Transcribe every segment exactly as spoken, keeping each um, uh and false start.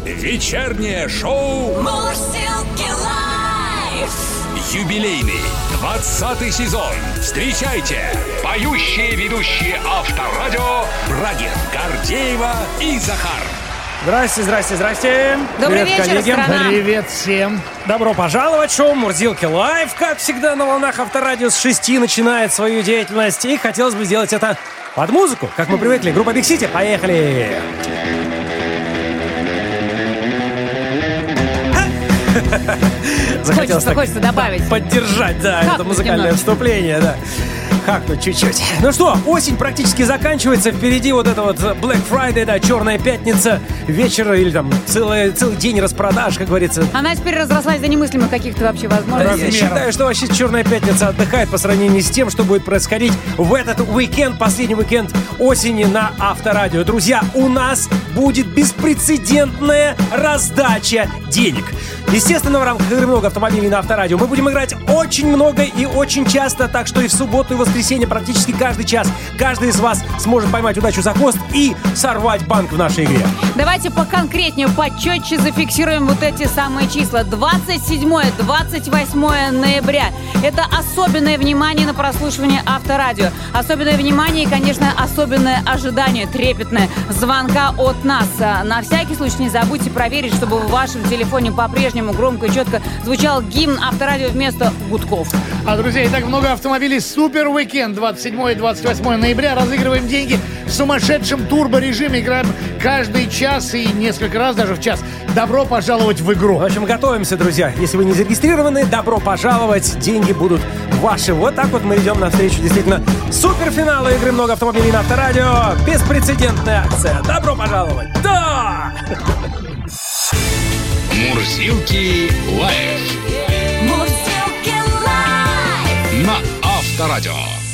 Вечернее шоу Мурзилки лайф. Юбилейный двадцатый сезон. Встречайте поющие ведущие Авторадио Брагин, Гордеева и Захар. Здрасте, здрасте, здрасте. Добрый Привет, вечер, коллеги. страна. Привет всем. Добро пожаловать. Шоу Мурзилки Лайв, как всегда, на волнах Авторадио с шести начинает свою деятельность. И хотелось бы сделать это под музыку, как мы привыкли. Группа Big City, поехали. Захотелось Хочется, хочется добавить. поддержать, да, Хакнуть это музыкальное немножко. вступление, да. Хакнуть чуть-чуть. Ну что, осень практически заканчивается. Впереди вот это вот Black Friday, да, Черная пятница, вечер или там целый, целый день распродаж, как говорится. Она теперь разрослась до немыслимых каких-то вообще Да, возможностей. я считаю, что вообще Черная пятница отдыхает по сравнению с тем, что будет происходить в этот уикенд, последний уикенд осени на Авторадио. Друзья, у нас будет беспрецедентная раздача денег. Естественно, в рамках игры «Много автомобилей» на Авторадио мы будем играть очень много и очень часто, так что и в субботу, и в воскресенье практически каждый час каждый из вас сможет поймать удачу за хвост и сорвать банк в нашей игре. Давайте поконкретнее, почетче зафиксируем вот эти самые числа. двадцать седьмое - двадцать восьмое ноября. Это особенное внимание на прослушивание Авторадио. Особенное внимание и, конечно, особенное ожидание, трепетное звонка от нас. А на всякий случай не забудьте проверить, чтобы в вашем телефоне по-прежнему громко и четко звучал гимн Авторадио вместо гудков. А, друзья, итак, много автомобилей. Супер уикенд. двадцать седьмое и двадцать восьмое ноября. Разыгрываем деньги в сумасшедшем турбо-режиме. Играем каждый час и несколько раз даже в час. Добро пожаловать в игру. В общем, готовимся, друзья. Если вы не зарегистрированы, добро пожаловать. Деньги будут ваши. Вот так вот мы идем навстречу действительно суперфинала игры «Много автомобилей» на Авторадио. Беспрецедентная акция. Добро пожаловать. Да! Мурзилки Лайв Мурзилки лайф. на Авторадио.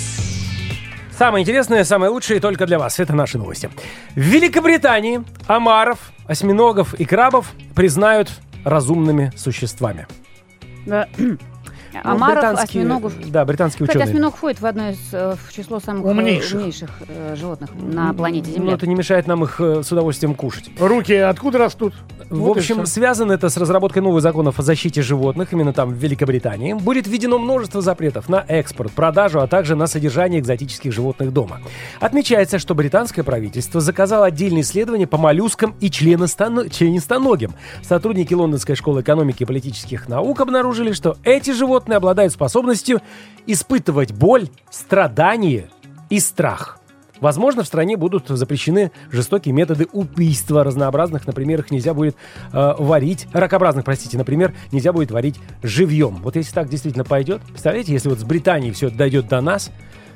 Самое интересное, самое лучшее только для вас. Это наши новости. В Великобритании омаров, осьминогов и крабов признают разумными существами. Да. Ну, Омаров, британские- осьминогов. Да, британские Кстати, ученые. осьминог входит в одно из э, в число самых э, Умнейших. умнейших э, животных на планете Но Земля. это не мешает нам их э, с удовольствием кушать. Руки откуда растут? В Вот и общем, всё. связано это с разработкой новых законов о защите животных, именно там, в Великобритании. Будет введено множество запретов на экспорт, продажу, а также на содержание экзотических животных дома. Отмечается, что британское правительство заказало отдельные исследования по моллюскам и членостано- членистоногим. Сотрудники Лондонской школы экономики и политических наук обнаружили, что эти животные обладают способностью испытывать боль, страдание и страх. Возможно, в стране будут запрещены жестокие методы убийства разнообразных. Например, их нельзя будет э, варить, ракообразных, простите, например, нельзя будет варить живьем. Вот если так действительно пойдет, представляете, если вот с Британии все это дойдет до нас,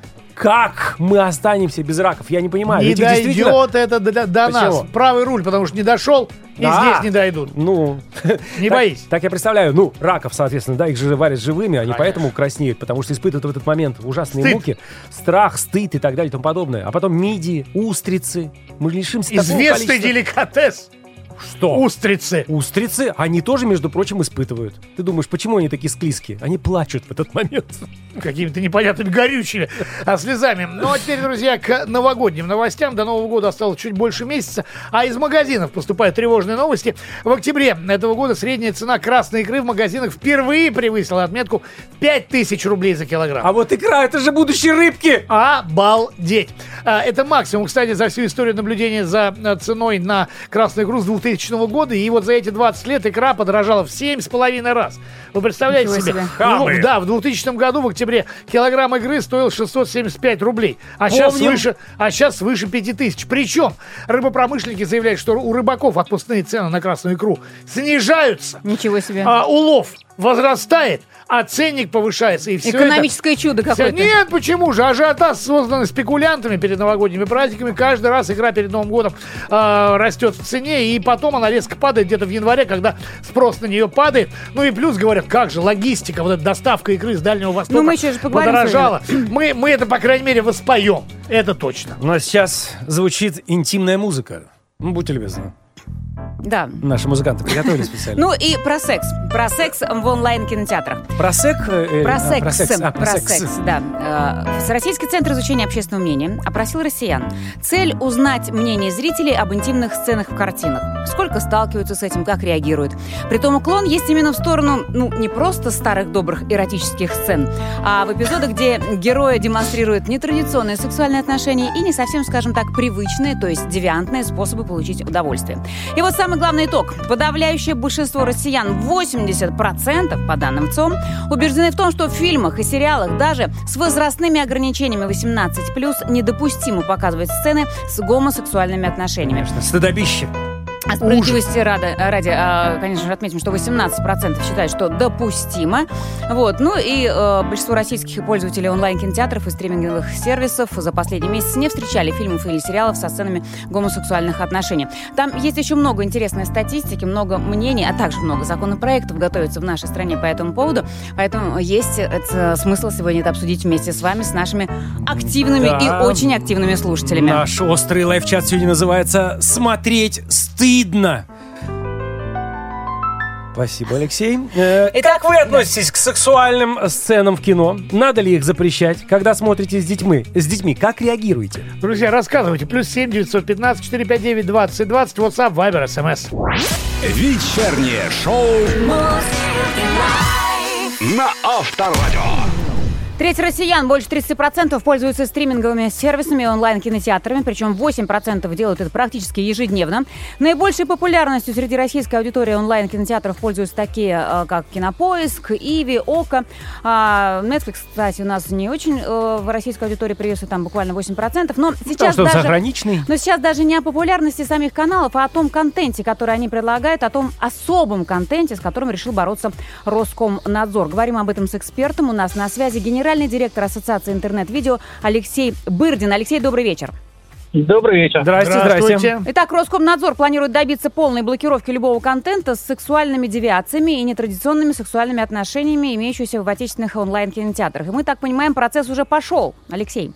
как мы останемся без раков? Я не понимаю. Не Ведь их действительно- дойдет это до, до нас. Почему? Правый руль, потому что не дошел, и Да. здесь не дойдут. Ну, Не так- боись. Так я представляю, ну, раков, соответственно, да, их же варят живыми, они Конечно. поэтому краснеют, потому что испытывают в этот момент ужасные Стыд. муки, страх, стыд и так далее и тому подобное. А потом мидии, устрицы. Мы лишимся такого Известный количества- деликатес. Что? Устрицы. Устрицы, они тоже, между прочим, испытывают. Ты думаешь, почему они такие склизкие? Они плачут в этот момент. Какими-то непонятными горючими а слезами. Ну а теперь, друзья, к новогодним новостям. До Нового года осталось чуть больше месяца. А из магазинов поступают тревожные новости. В октябре этого года средняя цена красной икры в магазинах впервые превысила отметку пять тысяч рублей за килограмм. А вот икра, это же будущие рыбки! Обалдеть! А, Это максимум, кстати, за всю историю наблюдения за а, ценой на красную икру с двухтысячного года. И вот за эти двадцать лет икра подорожала в семь с половиной раз. Вы представляете Ничего себе? себе. Хамы. Ну, да, в двухтысячном году в октябре килограмм икры стоил шестьсот семьдесят пять рублей. А сейчас, Помним. свыше, а сейчас свыше пяти тысяч. Причем рыбопромышленники заявляют, что у рыбаков отпускные цены на красную икру снижаются. Ничего себе. А улов возрастает, а ценник повышается. И все Экономическое чудо это... какое-то. Нет, почему же? Ажиотаж создан спекулянтами перед новогодними праздниками. Каждый раз икра перед Новым годом э, растет в цене, и потом она резко падает где-то в январе, когда спрос на нее падает. Ну и плюс, говорят, как же логистика, вот эта доставка икры с Дальнего Востока Ну, мы еще же поговорим подорожала. Мы, мы это, по крайней мере, воспоем. Это точно. У нас сейчас звучит интимная музыка. Ну, будьте любезны. Да. Наши музыканты приготовили специально. Ну и про секс. Про секс в онлайн-кинотеатрах. Про сек? э, Про а, секс, Про секс, а, про секс, да. Э, Всероссийский центр изучения общественного мнения опросил россиян. Цель – узнать мнение зрителей об интимных сценах в картинах. Сколько сталкиваются с этим, как реагируют. Притом уклон есть именно в сторону, ну, не просто старых добрых эротических сцен, а в эпизодах, где герои демонстрируют нетрадиционные сексуальные отношения и не совсем, скажем так, привычные, то есть девиантные способы получить удовольствие. И вот самый главный итог. Подавляющее большинство россиян, восемьдесят процентов, по данным ЦОМ, убеждены в том, что в фильмах и сериалах даже с возрастными ограничениями восемнадцать плюс недопустимо показывать сцены с гомосексуальными отношениями. Конечно, стыдобище. А справедливости ради, ради, а, конечно же, отметим, что восемнадцать процентов считают, что допустимо. Вот. Ну и э, большинство российских пользователей онлайн-кинотеатров и стриминговых сервисов за последний месяц не встречали фильмов или сериалов со сценами гомосексуальных отношений. Там есть еще много интересной статистики, много мнений, а также много законопроектов готовится в нашей стране по этому поводу. Поэтому есть это, смысл сегодня это обсудить вместе с вами, с нашими активными Да. и очень активными слушателями. Наш острый лайфчат сегодня называется «Смотреть стыдно». Спасибо, Алексей. Э, Итак, как вы относитесь к сексуальным сценам в кино? Надо ли их запрещать? Когда смотрите с детьми, с детьми, как реагируете? Друзья, рассказывайте. Плюс семь девятьсот пятнадцать четыре пять девять двадцать двадцать. WhatsApp, Viber, СМС. Вечернее шоу Мурзилки лайф. на Авторадио. Треть россиян, больше тридцать процентов, пользуются стриминговыми сервисами и онлайн-кинотеатрами, причем восемь процентов делают это практически ежедневно. Наибольшей популярностью среди российской аудитории онлайн-кинотеатров пользуются такие, э, как Кинопоиск, Иви, Око. А Netflix, кстати, у нас не очень э, в российской аудитории приветствует, там буквально восемь процентов. Но Потому сейчас что он даже... заграничный. Но сейчас даже не о популярности самих каналов, а о том контенте, который они предлагают, о том особом контенте, с которым решил бороться Роскомнадзор. Говорим об этом с экспертом. У нас на связи генеральный директор Ассоциации интернет-видео Алексей Бырдин. Алексей, добрый вечер. Добрый вечер. Здрасте, здрасте. Здравствуйте. Итак, Роскомнадзор планирует добиться полной блокировки любого контента с сексуальными девиациями и нетрадиционными сексуальными отношениями, имеющимися в отечественных онлайн-кинотеатрах. И мы так понимаем, процесс уже пошел. Алексей.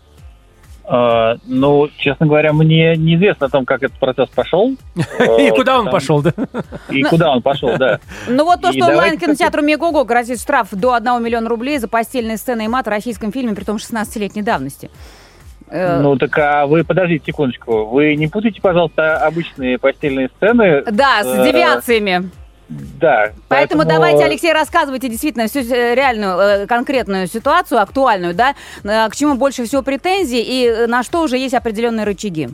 Э, ну, честно говоря, мне неизвестно о том, как этот процесс пошел. И куда он пошел, да? И куда он пошел, да. Ну вот то, И что давайте онлайн-кинотеатру Мегого грозит штраф до одного миллиона рублей за постельные сцены и мат в российском фильме, притом шестнадцатилетней давности. Э, Ну, так а вы подождите секундочку. Вы не путайте, пожалуйста, обычные постельные сцены. Да, с э, девиациями. Да. Поэтому давайте, Алексей, рассказывайте действительно всю э, реальную, э, конкретную ситуацию, актуальную, да, э, к чему больше всего претензий и э, на что уже есть определенные рычаги.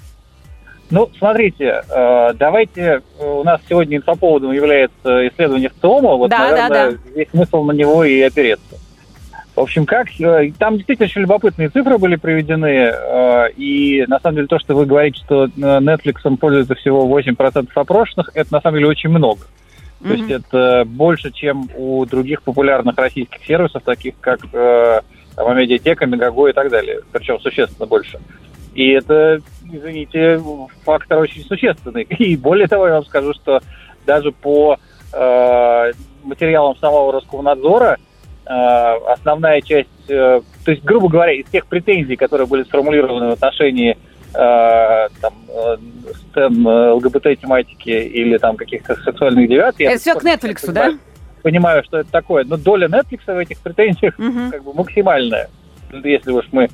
Ну, смотрите, э, давайте, э, у нас сегодня инфоповодом является исследование ВЦИОМа, вот, Да, да, наверное, здесь смысл на него и опереться. В общем, как, э, там действительно очень любопытные цифры были приведены, э, и на самом деле то, что вы говорите, что э, Netflix пользуется всего восемь процентов опрошенных, это на самом деле очень много. То есть это больше, чем у других популярных российских сервисов, таких как э, там, Амедиатека, Мегаго и так далее, причем существенно больше. И это, извините, фактор очень существенный. И более того, я вам скажу, что даже по э, материалам самого Роскомнадзора э, основная часть, э, то есть, грубо говоря, из тех претензий, которые были сформулированы в отношении э, там, э, сцен э, ЛГБТ-тематики или там каких-то сексуальных девиаций. Это все к Netflix, да? Понимаю, что это такое, но доля Netflix в этих претензиях Мгм. как бы максимальная. Если уж мы, э,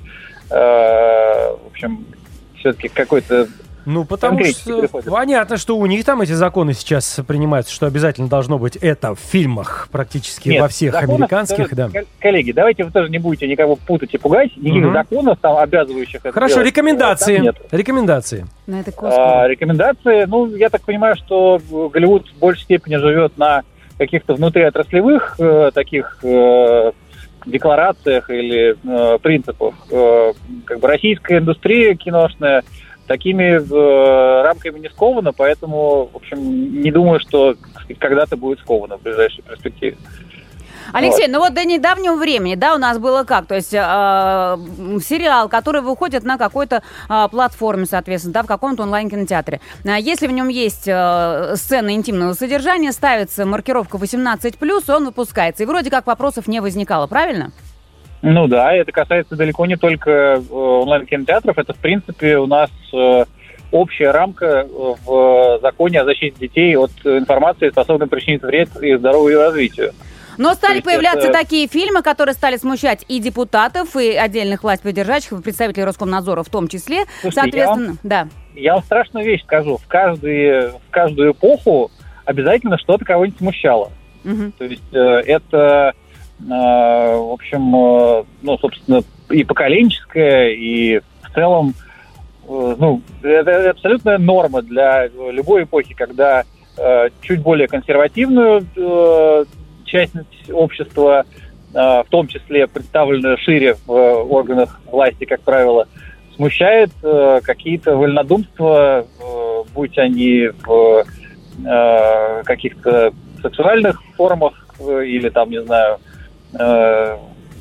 в общем, все-таки какой-то... Ну, потому Конкретики что приходят. понятно, что у них там эти законы сейчас принимаются, что обязательно должно быть это в фильмах практически Нет, во всех законов, американских, да. кол- Коллеги, давайте вы тоже не будете никого путать и пугать. Никаких Мгм. законов там, обязывающих это Хорошо, делать, рекомендации. там нет. Рекомендации. На это А, космос. рекомендации, ну, я так понимаю, что Голливуд в большей степени живет на каких-то внутриотраслевых э, таких э, декларациях или э, принципах. Э, как бы российская индустрия киношная такими э, рамками не скована, поэтому, в общем, не думаю, что, так сказать, когда-то будет сковано в ближайшей перспективе. Алексей, ну вот до недавнего времени, да, у нас было как? То есть э, сериал, который выходит на какой-то э, платформе, соответственно, да, в каком-то онлайн-кинотеатре. А если в нем есть э, сцены интимного содержания, ставится маркировка восемнадцать плюс, он выпускается. И вроде как вопросов не возникало, правильно? Ну да, это касается далеко не только э, онлайн-кинотеатров, это, в принципе, у нас э, общая рамка в законе о защите детей от информации, способной причинить вред их здоровью и развитию. Но стали появляться это... такие фильмы, которые стали смущать и депутатов, и отдельных власть поддержащих, и представителей Роскомнадзора в том числе. Слушайте, Соответственно, я вам, да. Я вам страшную вещь скажу. В, каждый, в каждую эпоху обязательно что-то кого-нибудь смущало. Угу. То есть э, это, э, в общем, э, ну, собственно, и поколенческое, и в целом, э, ну, это абсолютная норма для любой эпохи, когда э, чуть более консервативную э, часть общества, э, в том числе представленную шире в э, органах власти, как правило, смущает э, какие-то вольнодумства, э, будь они в э, каких-то сексуальных формах э, или там, не знаю, э,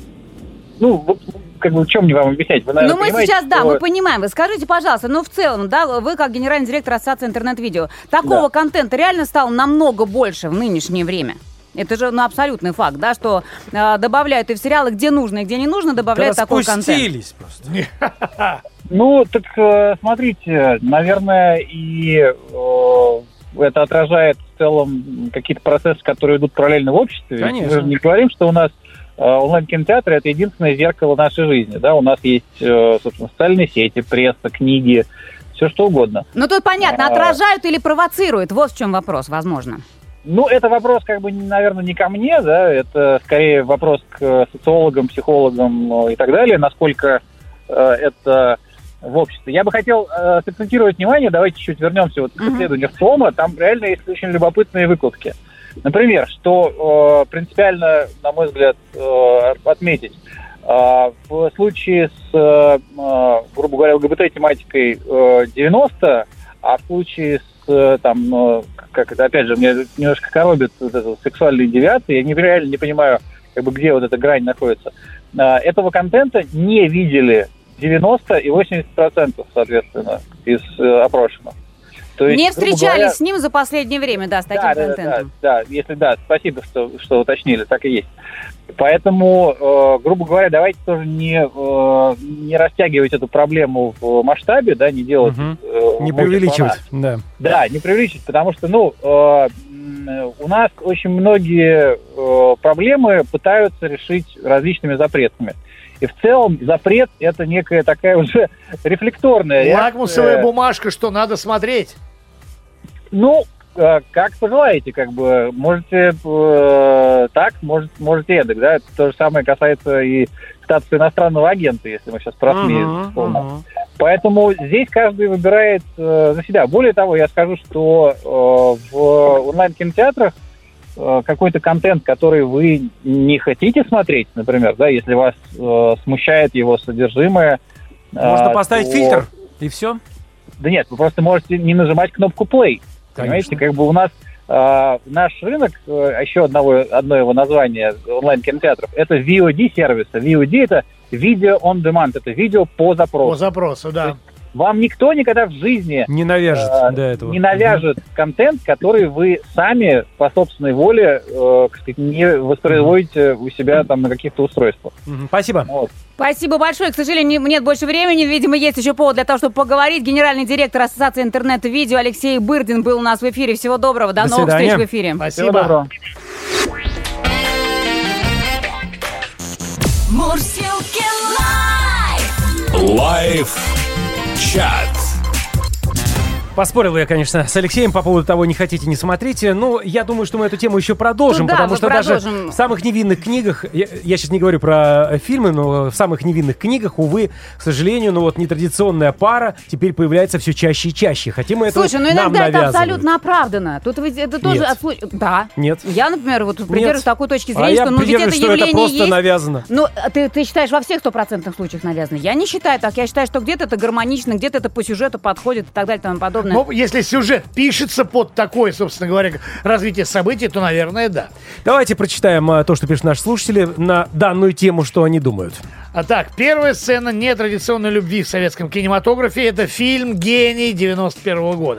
ну, как бы в чем мне вам объяснять? Вы, наверное, ну, мы сейчас, что... да, мы понимаем. Вы скажите, пожалуйста, ну, в целом, да, вы как генеральный директор Ассоциации интернет-видео, такого Да. контента реально стало намного больше в нынешнее время? Это же, ну, абсолютный факт, да, что э, добавляют и в сериалы, где нужно, и где не нужно, добавляют Да такой контент. распустились просто. Ну, так э, смотрите, наверное, и э, это отражает в целом какие-то процессы, которые идут параллельно в обществе. Ведь Конечно. мы же не говорим, что у нас э, онлайн-кинотеатр — это единственное зеркало нашей жизни. Да? У нас есть, э, собственно, социальные сети, пресса, книги, все что угодно. Ну, тут понятно, А. отражают или провоцируют, вот в чем вопрос, возможно. Ну, это вопрос, как бы, наверное, не ко мне, да, это скорее вопрос к социологам, психологам и так далее, насколько э, это в обществе. Я бы хотел э, сакцентировать внимание, давайте чуть вернемся вот к исследованию ФОМа, там реально есть очень любопытные выкладки. Например, что э, принципиально, на мой взгляд, э, отметить, э, в случае с, э, грубо говоря, ЛГБТ-тематикой э, девяносто, а в случае с, там, как это, опять же, мне немножко коробит вот это сексуальные девиации, я не, реально не понимаю, как бы, где вот эта грань находится. Этого контента не видели девяносто и восемьдесят процентов, соответственно, из э, опрошенных. То есть, не встречались говоря, с ним за последнее время, да, с таким да, да, контентом. Да, да, если да, спасибо, что, что уточнили, так и есть. Поэтому, э, грубо говоря, давайте тоже не, э, не растягивать эту проблему в масштабе, да, не делать... Угу. Э, Не преувеличивать, да. Да, не преувеличивать, потому что, ну, э, у нас очень многие э, проблемы пытаются решить различными запретами. И в целом запрет — это некая такая уже рефлекторная Лакмусовая реакция. бумажка, что надо смотреть. Ну, э, как пожелаете, как бы, можете э, так, может, можете эдак, да, это то же самое касается и статуса иностранного агента, если мы сейчас про СМИ Мгм, вспомним. мгм. Поэтому здесь каждый выбирает э, за себя. Более того, я скажу, что э, в онлайн-кинотеатрах э, какой-то контент, который вы не хотите смотреть, например, да, если вас э, смущает его содержимое... э, Можно поставить то- фильтр, и все. Да нет, вы просто можете не нажимать кнопку play. Понимаете, Конечно. как бы у нас э, наш рынок, э, еще одного, одно его название онлайн-кинотеатров, это ви о ди-сервисы. ви о ди — это видео on demand, это видео по запросу. По запросу, да. Вам никто никогда в жизни Не навяжет э, до этого. не навяжет контент, который вы сами по собственной воле, э, как сказать, не воспроизводите у себя там на каких-то устройствах. Мгм. Спасибо. Вот. Спасибо большое. К сожалению, не- нет больше времени. Видимо, есть еще повод для того, чтобы поговорить. Генеральный директор Ассоциации интернет-видео Алексей Бырдин был у нас в эфире. Всего доброго. До, До новых свидания. встреч в эфире. Всего Спасибо. доброго. Мурсилки лайф. Лайф чат. Поспорил я, конечно, с Алексеем по поводу того, не хотите, не смотрите. Но я думаю, что мы эту тему еще продолжим, Ну да, потому мы что продолжим. даже в самых невинных книгах, я, я сейчас не говорю про э, фильмы, но в самых невинных книгах, увы, к сожалению, ну вот нетрадиционная пара теперь появляется все чаще и чаще. Хотим мы это Слушай, ну нам иногда это навязывают. абсолютно оправдано. Тут ведь это тоже Нет. от случая- Да. Нет. Я, например, вот придерживаюсь Нет. такой точки А зрения, я что ну ведь это придерживаюсь, что это явление просто есть. навязано. Ну, а ты, ты считаешь, во всех стопроцентных случаях навязано? Я не считаю так. Я считаю, что где-то это гармонично, где-то это по сюжету подходит и так далее и тому подобное. Ну, если сюжет пишется под такое, собственно говоря, развитие событий, то, наверное, да. Давайте прочитаем а, то, что пишут наши слушатели на данную тему, что они думают. А так, первая сцена нетрадиционной любви в советском кинематографе — это фильм «Гений» девяносто первого года.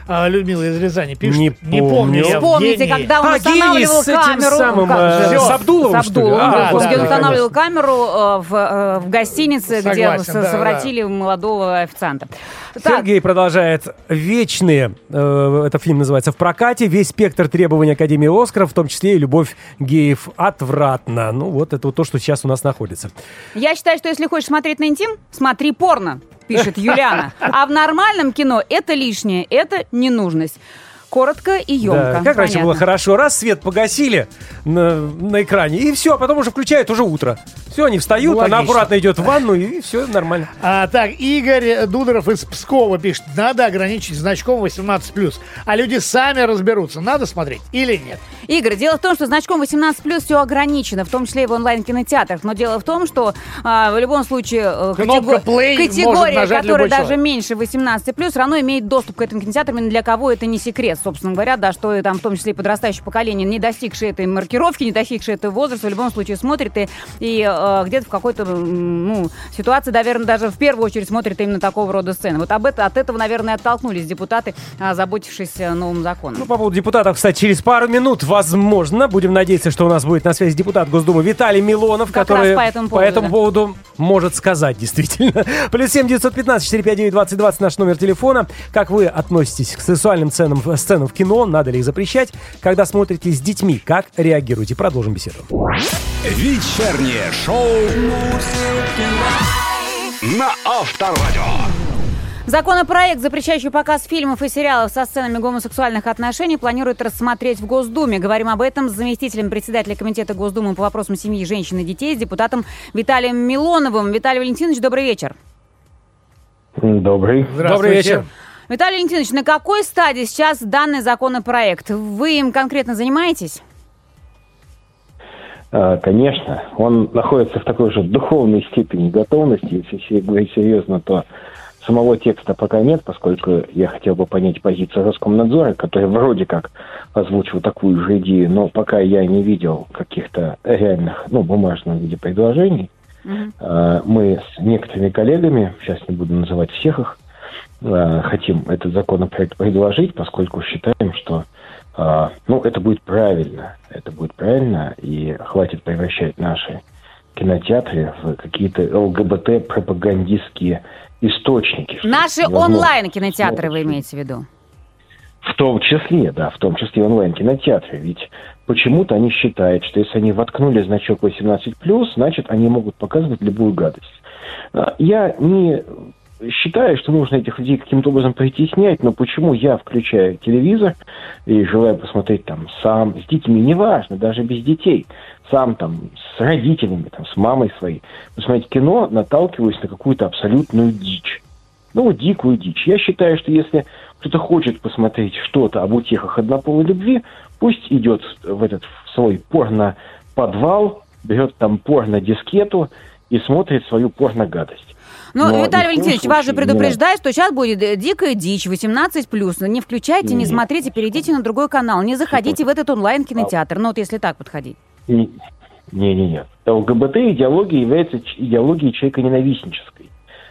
а, Людмила из Рязани пишет. Не помню. я, Вспомните, Евгений. когда он А, Гений устанавливал с этим камеру. самым, Как э, же? с Абдуловым, С что ли? Абдуловым, А, да, да, где он да, устанавливал камеру э, в, э, в гостинице, где Согласен, с- да, совратили молодого официанта. Так, Сергей продолжает. Вечные, э, это фильм называется, в прокате. Весь спектр требований Академии Оскара, в том числе и любовь геев, отвратно. Ну, вот это вот то, что сейчас у нас находится. я считаю, что если хочешь смотреть на интим, смотри порно, пишет Юлиана. А в нормальном кино это лишнее, это ненужность. Коротко и емко. Да, как раньше понятно. было хорошо. Раз свет погасили на, на экране, и все, а потом уже включают уже утро. Все, они встают, Логично. она аккуратно идет в ванну, и все нормально. А, так, Игорь Дудоров из Пскова пишет, надо ограничить значком восемнадцать плюс. А люди сами разберутся, надо смотреть или нет. Игорь, дело в том, что значком восемнадцать плюс все ограничено, в том числе и в онлайн-кинотеатрах. Но дело в том, что а, в любом случае э, Кнопка play может категория, нажать которая любой даже человек. меньше восемнадцати плюс, все равно имеет доступ к этим кинотеатрам. И для кого это не секрет, собственно говоря, да, что и там в том числе и подрастающее поколение, не достигшее этой маркировки, не достигшее этого возраста, в любом случае смотрит и, и э, где-то в какой-то м, ну, ситуации, наверное, даже в первую очередь смотрит именно такого рода сцены. Вот об это, от этого, наверное, оттолкнулись депутаты, озаботившись э, новым законом. Ну, по поводу депутатов, кстати, через пару минут, возможно, будем надеяться, что у нас будет на связи депутат Госдумы Виталий Милонов, Как который раз по этому поводу, да. поводу может сказать, действительно. Плюс семь девятьсот пятнадцать четыре пять девять двадцать двадцать наш номер телефона. Как вы относитесь к сексуальным сценам, сценам в кино? Надо ли их запрещать? Когда смотрите с детьми, как реагируете? Продолжим беседу. Вечернее шоу на Авторадио. Законопроект, запрещающий показ фильмов и сериалов со сценами гомосексуальных отношений, планируют рассмотреть в Госдуме. Говорим об этом с заместителем председателя Комитета Госдумы по вопросам семьи, женщин и детей, с депутатом Виталием Милоновым. Виталий Валентинович, добрый вечер. Добрый. Добрый вечер. Виталий Валентинович, на какой стадии сейчас данный законопроект? Вы им конкретно занимаетесь? А, Конечно, он находится в такой же духовной степени готовности. Если говорить серьезно, то самого текста пока нет, поскольку я хотел бы понять позицию Роскомнадзора, который вроде как озвучил такую же идею, но пока я не видел каких-то реальных, ну, бумажном виде предложений. Мгм. А, Мы с некоторыми коллегами, сейчас не буду называть всех их, а, хотим этот законопроект предложить, поскольку считаем, что а, ну, это будет правильно. Это будет правильно, и хватит превращать наши кинотеатры в какие-то ЛГБТ-пропагандистские источники. что Наши невозможно. онлайн-кинотеатры вы имеете в виду? В том числе, да, в том числе онлайн-кинотеатры. Ведь почему-то они считают, что если они воткнули значок восемнадцать плюс, значит, они могут показывать любую гадость. А, Я не считаю, что нужно этих людей каким-то образом притеснять, но почему я включаю телевизор и желаю посмотреть там сам, с детьми, неважно, даже без детей, сам там с родителями, там, с мамой своей, посмотреть кино, наталкиваюсь на какую-то абсолютную дичь. Ну, вот дикую дичь. Я считаю, что если кто-то хочет посмотреть что-то об утехах однополой любви, пусть идет в этот в свой порно-подвал, берет там порно-дискету и смотрит свою порно-гадость. Ну, Но Виталий ни в коем Валентинович, вас же случае не предупреждают, что сейчас будет э, дикая дичь, восемнадцать плюс. Не включайте, не Нет. смотрите, перейдите на другой канал. Не заходите в этот онлайн-кинотеатр. Ну, вот если так подходить. Не-не-не. ЛГБТ-идеология является ч- идеологией человеконенавистнической.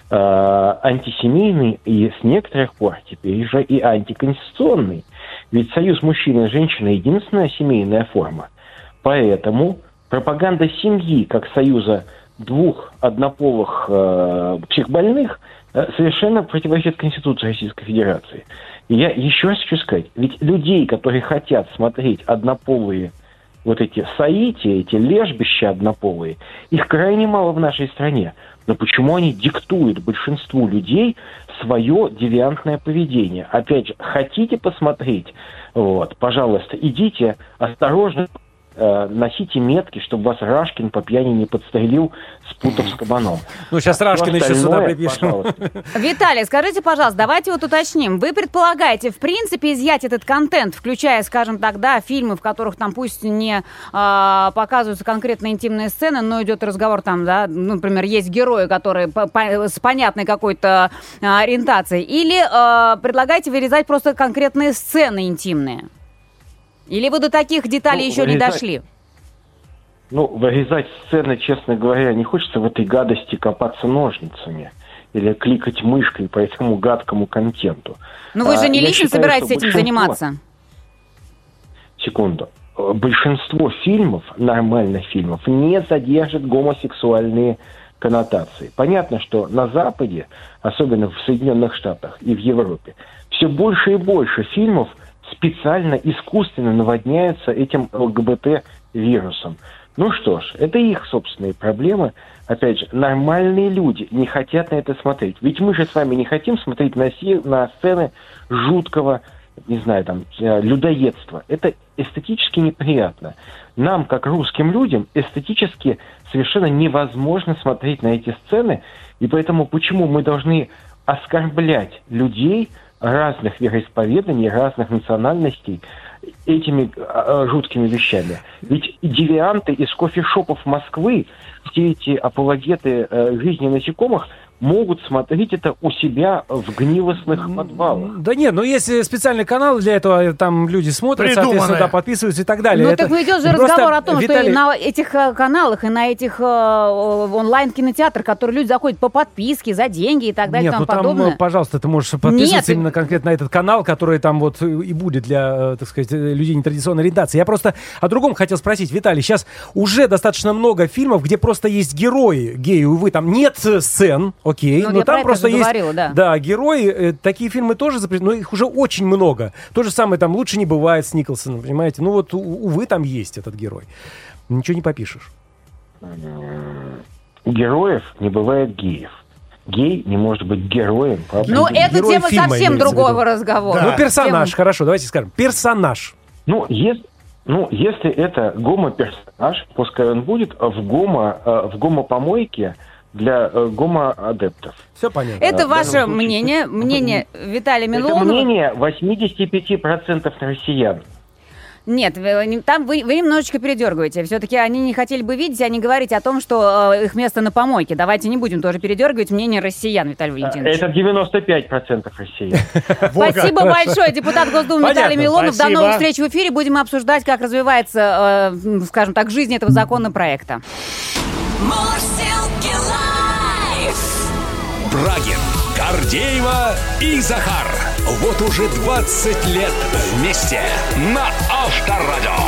А, антисемейной и с некоторых пор теперь же и антиконституционной. Ведь союз мужчины и женщины – единственная семейная форма. Поэтому пропаганда семьи как союза двух однополых э, психбольных э, совершенно противоречит Конституции Российской Федерации. И я еще раз хочу сказать, ведь людей, которые хотят смотреть однополые вот эти соития, эти лежбища однополые, их крайне мало в нашей стране. Но почему они диктуют большинству людей свое девиантное поведение? Опять же, хотите посмотреть? Вот, пожалуйста, идите осторожно, э, носите метки, чтобы вас Рашкин по пьяни не подстрелил, спутав с кабаном. Ну, сейчас Всё Рашкина еще сюда остальное, припишем. пожалуйста. Виталий, скажите, пожалуйста, давайте вот уточним. Вы предполагаете, в принципе, изъять этот контент, включая, скажем так, да, фильмы, в которых там пусть не а, показываются конкретно интимные сцены, но идет разговор там, да, ну, например, есть герои, которые по- по- с понятной какой-то а, ориентацией, или а, предлагаете вырезать просто конкретные сцены интимные? Или вы до таких деталей Ну, еще не вырезать- дошли? Ну, вырезать сцены, честно говоря, не хочется в этой гадости копаться ножницами. или кликать мышкой по этому гадкому контенту. Но вы же не Я лично считаю, собираетесь что этим большинство- заниматься. Секунду. Большинство фильмов, нормальных фильмов, не содержит гомосексуальные коннотации. Понятно, что на Западе, особенно в Соединенных Штатах и в Европе, все больше и больше фильмов специально, искусственно наводняются этим ЛГБТ-вирусом. Ну что ж, это их собственные проблемы. Опять же, нормальные люди не хотят на это смотреть. Ведь мы же с вами не хотим смотреть на, си- на сцены жуткого, не знаю, там, людоедства. Это эстетически неприятно. Нам, как русским людям, эстетически совершенно невозможно смотреть на эти сцены. И поэтому почему мы должны оскорблять людей разных вероисповеданий, разных национальностей этими э, жуткими вещами? Ведь девианты из кофешопов Москвы, все эти апологеты э, жизни насекомых, могут смотреть это у себя в гнилостных подвалах. Да нет, ну есть специальный канал для этого, там люди смотрят, Придуманное. соответственно, да, подписываются и так далее. Ну, Это так идет же просто, разговор о том, Виталий, что и на этих э, каналах, и на этих э, онлайн-кинотеатрах, в которые люди заходят по подписке, за деньги и так далее, Нет, и тому ну там, подобное. э, пожалуйста, ты можешь подписываться Нет, именно конкретно на этот канал, который там вот э, и будет для, э, так сказать, э, людей нетрадиционной ориентации. Я просто о другом хотел спросить. Виталий, сейчас уже достаточно много фильмов, где просто есть герои геи, увы, там нет э, сцен, окей, Ну, но я про там это просто же есть... говорила, да. Да, герои, э, такие фильмы тоже запрещены, но их уже очень много. То же самое там «Лучше не бывает» с Николсоном, понимаете? Ну вот, у- увы, там есть этот герой. Ничего не попишешь. У героев не бывает геев. Гей не может быть героем. по Ну, определению. это Герой тема фильма совсем имеется в виду. другого разговора. Ну, персонаж, Тема- хорошо, давайте скажем. Персонаж. Ну, если, ну, если это гомо-персонаж, пускай он будет в гомо, э, в гомо-помойке для э, гомо-адептов. Все понятно. Это Да, в ваше данном случае- мнение, мнение Виталия Это Милонова. мнение восемьдесят пять процентов россиян. Нет, вы- не- там вы, вы немножечко передергиваете. Все-таки они не хотели бы видеть, а не говорить о том, что э, их место на помойке. Давайте не будем тоже передергивать мнение россиян, Виталий Валентинович. Это девяносто пять процентов россиян. Спасибо большое, депутат Госдумы Понятно, Виталий Милонов. До спасибо. новых встреч в эфире. Будем обсуждать, как развивается, э, м, скажем так, жизнь этого законопроекта. Мурзилки лайф. Брагин, Гордеева и Захар. Вот уже двадцать лет вместе на Авторадио.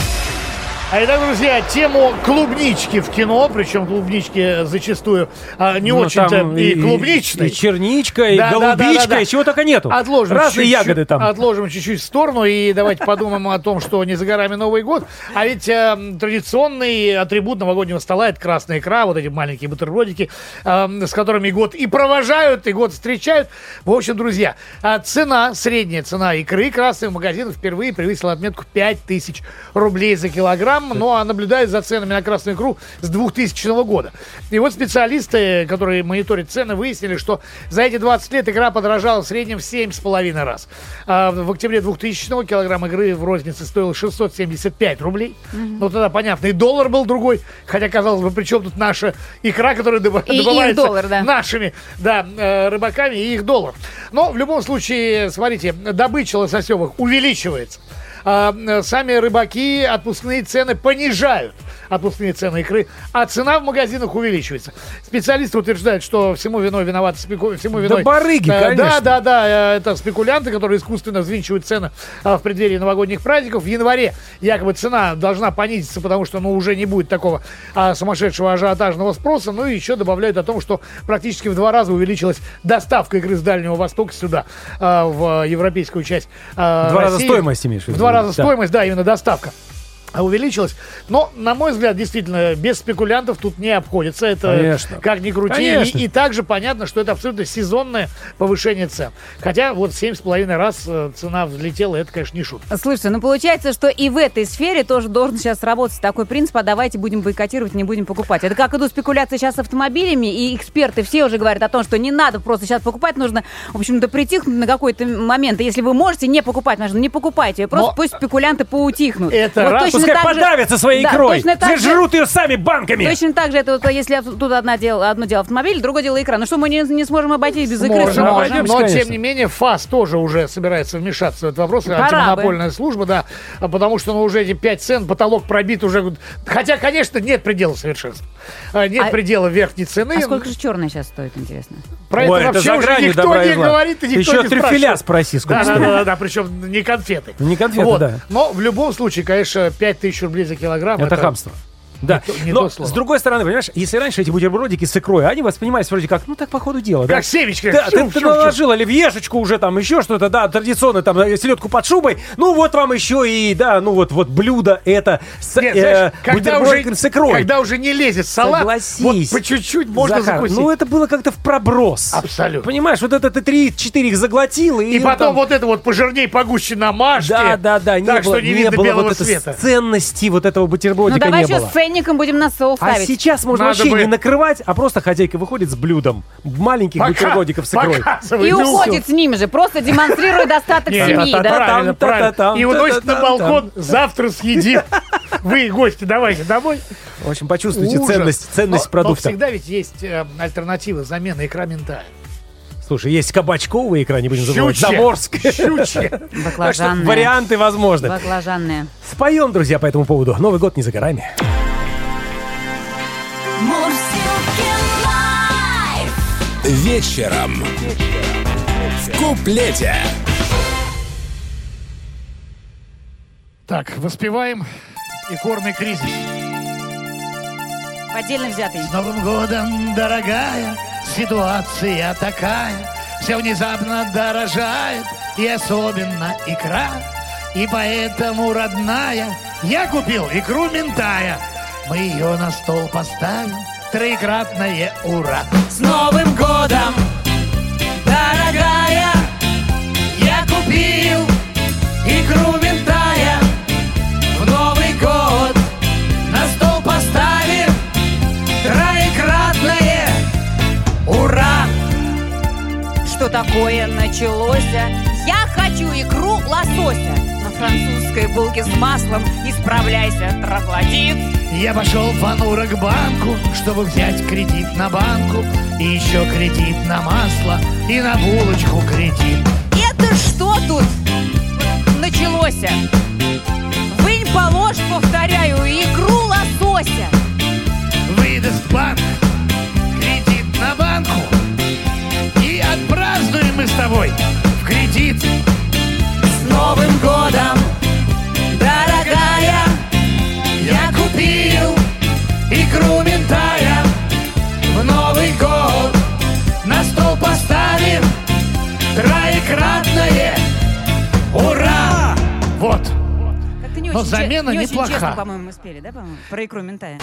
А итак, друзья, тему клубнички в кино, причем клубнички зачастую а, не Ну, очень-то там и, клубничной. И черничка, и Да, да, да, голубичка, да, да. и чего только нету. Отложим Разные чуть-чуть- ягоды там. Отложим чуть-чуть в сторону и давайте подумаем о том, что не за горами Новый год. А ведь э, традиционный атрибут новогоднего стола — это красная икра, вот эти маленькие бутербродики, э, с которыми год и провожают, и год встречают. В общем, друзья, а цена, средняя цена икры красной в магазинах впервые превысила отметку пять тысяч рублей за килограмм. Ну, а наблюдают за ценами на красную икру с двухтысячного года. И вот специалисты, которые мониторят цены, выяснили, что за эти двадцать лет икра подорожала в среднем в семь с половиной раз. А в октябре двухтысячного килограмм икры в рознице стоил шестьсот семьдесят пять рублей. Ну, тогда понятно, и доллар был другой. Хотя, казалось бы, при чем тут наша икра, которая добы- И их добывается доллар, да. нашими да, э, рыбаками, и их доллар. Но в любом случае, смотрите, добыча лососевых увеличивается. А, э, сами рыбаки отпускные цены понижают, отпускные цены икры, а цена в магазинах увеличивается. Специалисты утверждают, что всему виной виноваты спеку... всему виной... барыги, Э, конечно. Да, да, да, э, это спекулянты, которые искусственно взвинчивают цены а, в преддверии новогодних праздников. В январе якобы цена должна понизиться, потому что ну, уже не будет такого а, сумасшедшего ажиотажного спроса. Ну и еще добавляют о том, что практически в два раза увеличилась доставка икры с Дальнего Востока сюда, а, в европейскую часть а, В два раза России. стоимость имеешь в виду? В два раза Да. стоимость, да, именно доставка увеличилась. Но, на мой взгляд, действительно, без спекулянтов тут не обходится. Это Конечно. как ни крути. Конечно. И, и также понятно, что это абсолютно сезонное повышение цен. Хотя вот семь с половиной раз э, цена взлетела, это, конечно, не шутка. Слушайте, ну получается, что и в этой сфере тоже должен сейчас работать такой принцип, а давайте будем бойкотировать, не будем покупать. Это как идут спекуляции сейчас с автомобилями, и эксперты все уже говорят о том, что не надо просто сейчас покупать, нужно, в общем-то, притихнуть на какой-то момент. И если вы можете не покупать, нужно не покупайте, просто Но пусть спекулянты поутихнут. это вот раз. точно Пускай так же- подавятся своей Да, икрой. точно так же- Жрут ее сами банками. Точно так же, это вот, если тут одно дело, одно дело автомобиль, другое дело икра. Ну что, мы не, не сможем обойтись без икры? Можем, Можем, обойдемся, но, конечно. тем не менее, ФАС тоже уже собирается вмешаться в этот вопрос. Пора Антимонопольная служба, да. а Потому что, ну, уже эти пять цен, потолок пробит уже. Хотя, конечно, нет предела совершенства. А, Нет А- предела верхней цены. А сколько же черная сейчас стоит, интересно? Про Ой, это это вообще за уже гранью никто добра и не зла. говорит и никто Еще не трюфеля спрашивает. спроси, сколько Да, да, стоит. да, да, причем не конфеты. Не конфеты, Вот. да. Но в любом случае, конечно, пять тысяч рублей за килограмм. Это хамство. Да, Не то- не но то слово. с другой стороны, понимаешь, если раньше эти бутербродики с икрой, они воспринимались вроде как, ну так по ходу дела, да? Как семечки. Да, ты, Чув, ты чув, чув. наложил оливьешечку уже, там еще что-то, да, традиционно, там, э, селедку под шубой, ну вот вам еще и, да, ну вот, вот блюдо это с Нет, э, знаешь, когда, бутербродиком уже, с икрой. когда уже не лезет салат, Согласись. вот по чуть-чуть можно Захар, закусить. ну это было как-то в проброс. Абсолютно. Понимаешь, вот это ты три-четыре их заглотил, и, И потом там- вот это вот пожирней, погуще намажьте. Да, да, да, не так было, что не, не видно было белого вот этой цвета. ценности вот этого Ну бутербродика давай не еще было. с ценником будем на стол А ставить. сейчас можно Надо вообще бы- не накрывать, а просто хозяйка выходит с блюдом маленьких Пока- бутербродиков с икрой. показывай, И ну, уходит с ними же, просто демонстрируя достаток Не, семьи, та-та-та, да? правильно, Та-та-там, правильно. та-та-там, И уносит на та-та-там, балкон, завтра съедим. Вы, гости, давайте домой. В общем, почувствуйте Ужас. ценность, ценность Но- продукта. Но всегда ведь есть э, альтернатива, замена икра минтая. Слушай, есть кабачковая икра, не будем забывать, Щучья. заморская. Щучья. Так что Баклажанная. варианты возможны. Баклажанная. Споем, друзья, по этому поводу. Новый год не за горами. Мурзилки лайф. Вечером. В куплете. Так, воспеваем икорный кризис. Отдельно взятый. С Новым годом, дорогая, ситуация такая. Все внезапно дорожает, и особенно икра. И поэтому, родная, я купил икру минтая. Мы ее на стол поставим, троекратное ура. С Новым годом, дорогая, я купил икру минтая. В Новый год на стол поставим троекратное ура! Что такое началось? Я хочу икру лосося на французской булке с маслом. Исправляйся, троглодит. Я пошел понуро к банку, чтобы взять кредит на банку. И еще кредит на масло, и на булочку кредит. Это что тут началось? Вынь, положь, повторяю, икру лосося. Выдаст банк кредит на банку, и отпразднуем мы с тобой в кредит. С Новым годом, дорогая, я купил икру минтая. В Новый год на стол поставим троекратное ура! Вот. Как-то не Но очень, замена не очень неплоха. честно, по-моему, мы спели, да, по-моему? Про икру ментая.